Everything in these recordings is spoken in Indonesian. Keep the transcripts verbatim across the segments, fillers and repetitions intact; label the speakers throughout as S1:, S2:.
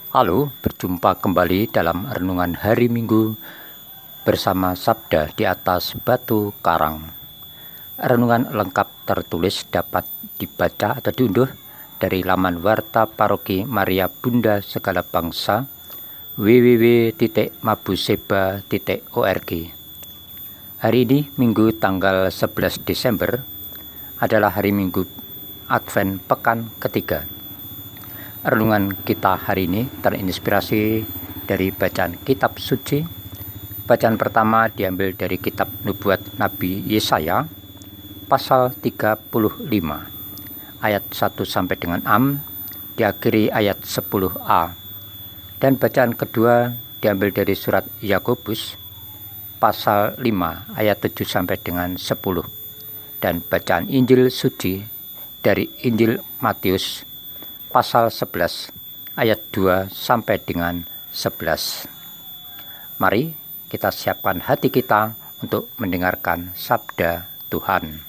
S1: Halo, berjumpa kembali dalam renungan hari Minggu bersama Sabda di atas Batu Karang. Renungan lengkap tertulis dapat dibaca atau diunduh dari laman Warta Paroki Maria Bunda Segala Bangsa w w w titik mabuseba titik org. Hari ini Minggu tanggal sebelas Desember adalah hari Minggu Advent pekan ketiga. Renungan kita hari ini terinspirasi dari bacaan kitab suci. Bacaan pertama diambil dari kitab Nubuat Nabi Yesaya pasal tiga puluh lima ayat satu sampai dengan enam, diakhiri ayat sepuluh a. Dan bacaan kedua diambil dari surat Yakobus pasal lima ayat tujuh sampai dengan sepuluh. Dan bacaan Injil suci dari Injil Matius pasal sebelas ayat dua sampai dengan sebelas. Mari kita siapkan hati kita untuk mendengarkan sabda Tuhan.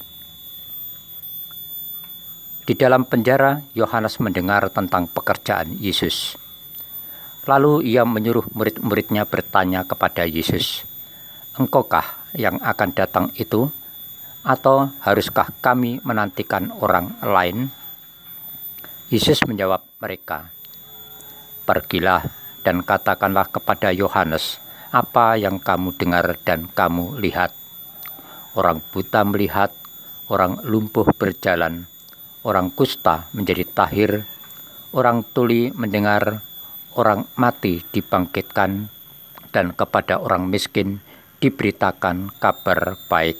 S1: Di dalam penjara, Yohanes mendengar tentang pekerjaan Yesus. Lalu ia menyuruh murid-muridnya bertanya kepada Yesus, "Engkaukah yang akan datang itu, atau haruskah kami menantikan orang lain?" Yesus menjawab mereka, "Pergilah dan katakanlah kepada Yohanes apa yang kamu dengar dan kamu lihat. Orang buta melihat, orang lumpuh berjalan, orang kusta menjadi tahir, orang tuli mendengar, orang mati dibangkitkan, dan kepada orang miskin diberitakan kabar baik.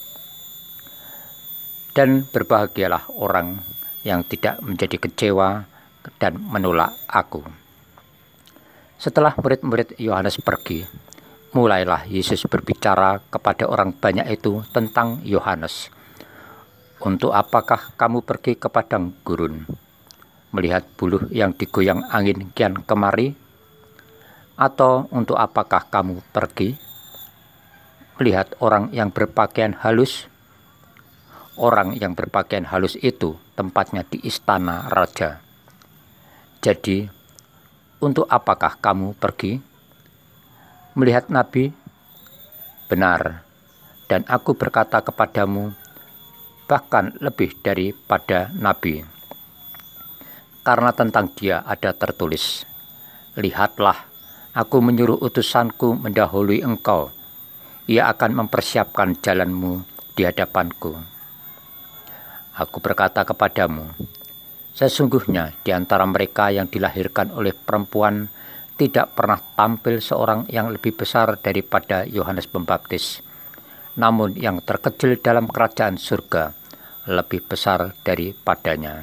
S1: Dan berbahagialah orang yang tidak menjadi kecewa dan menolak aku." Setelah murid-murid Yohanes pergi, mulailah Yesus berbicara kepada orang banyak itu tentang Yohanes. "Untuk apakah kamu pergi ke padang gurun, melihat buluh yang digoyang angin kian kemari? Atau untuk apakah kamu pergi melihat orang yang berpakaian halus? Orang yang berpakaian halus itu tempatnya di istana raja. Jadi, untuk apakah kamu pergi melihat nabi? Benar, dan aku berkata kepadamu, bahkan lebih daripada nabi. Karena tentang dia ada tertulis, 'Lihatlah, aku menyuruh utusanku mendahului engkau. Ia akan mempersiapkan jalanmu di hadapanku.' Aku berkata kepadamu, sesungguhnya di antara mereka yang dilahirkan oleh perempuan tidak pernah tampil seorang yang lebih besar daripada Yohanes Pembaptis. Namun yang terkecil dalam kerajaan surga lebih besar daripadanya."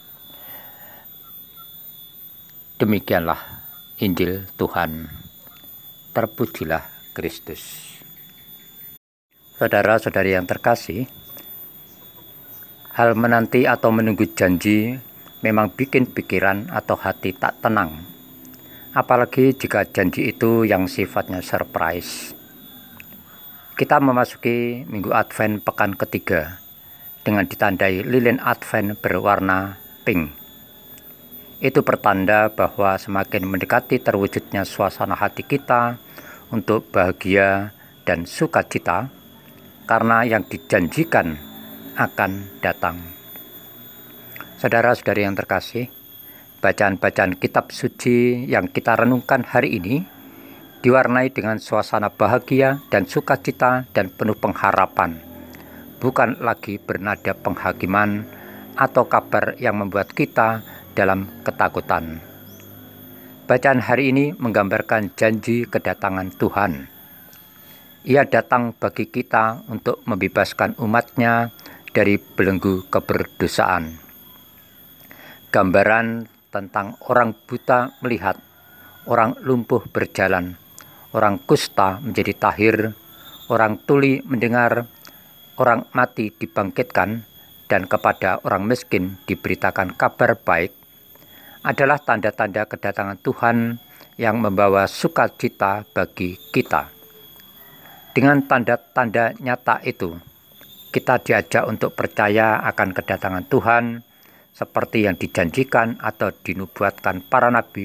S1: Demikianlah Injil Tuhan. Terpujilah Kristus. Saudara-saudari yang terkasih, hal menanti atau menunggu janji memang bikin pikiran atau hati tak tenang. Apalagi jika janji itu yang sifatnya surprise. Kita memasuki Minggu Advent pekan ketiga dengan ditandai lilin Advent berwarna pink. Itu pertanda bahwa semakin mendekati terwujudnya suasana hati kita untuk bahagia dan sukacita karena yang dijanjikan akan datang. Saudara-saudari yang terkasih, bacaan-bacaan kitab suci yang kita renungkan hari ini diwarnai dengan suasana bahagia dan sukacita dan penuh pengharapan, bukan lagi bernada penghakiman atau kabar yang membuat kita dalam ketakutan. Bacaan hari ini menggambarkan janji kedatangan Tuhan. Ia datang bagi kita untuk membebaskan umatnya dari belenggu keberdosaan. Gambaran tentang orang buta melihat, orang lumpuh berjalan, orang kusta menjadi tahir, orang tuli mendengar, orang mati dibangkitkan, dan kepada orang miskin diberitakan kabar baik, adalah tanda-tanda kedatangan Tuhan yang membawa sukacita bagi kita. Dengan tanda-tanda nyata itu, kita diajak untuk percaya akan kedatangan Tuhan seperti yang dijanjikan atau dinubuatkan para nabi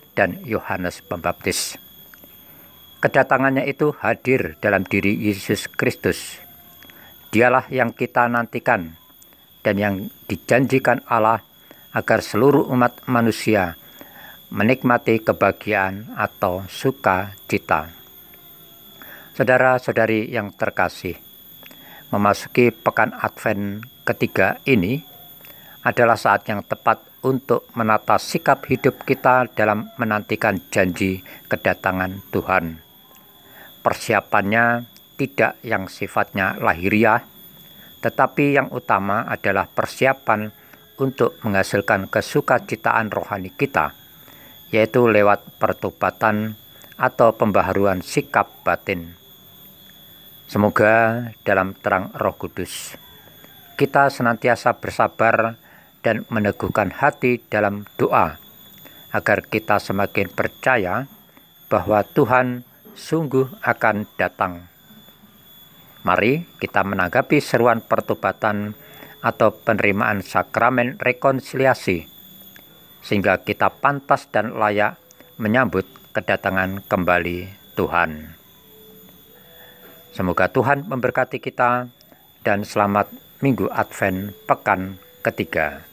S1: dan Yohanes Pembaptis. Kedatangannya itu hadir dalam diri Yesus Kristus. Dialah yang kita nantikan dan yang dijanjikan Allah agar seluruh umat manusia menikmati kebahagiaan atau sukacita. Saudara-saudari yang terkasih, memasuki pekan Advent ketiga ini adalah saat yang tepat untuk menata sikap hidup kita dalam menantikan janji kedatangan Tuhan. Persiapannya tidak yang sifatnya lahiriah, tetapi yang utama adalah persiapan untuk menghasilkan kesukacitaan rohani kita, yaitu lewat pertobatan atau pembaharuan sikap batin. Semoga dalam terang Roh Kudus, kita senantiasa bersabar dan meneguhkan hati dalam doa, agar kita semakin percaya bahwa Tuhan sungguh akan datang. Mari kita menanggapi seruan pertobatan atau penerimaan sakramen rekonsiliasi, sehingga kita pantas dan layak menyambut kedatangan kembali Tuhan. Semoga Tuhan memberkati kita dan selamat Minggu Advent pekan ketiga.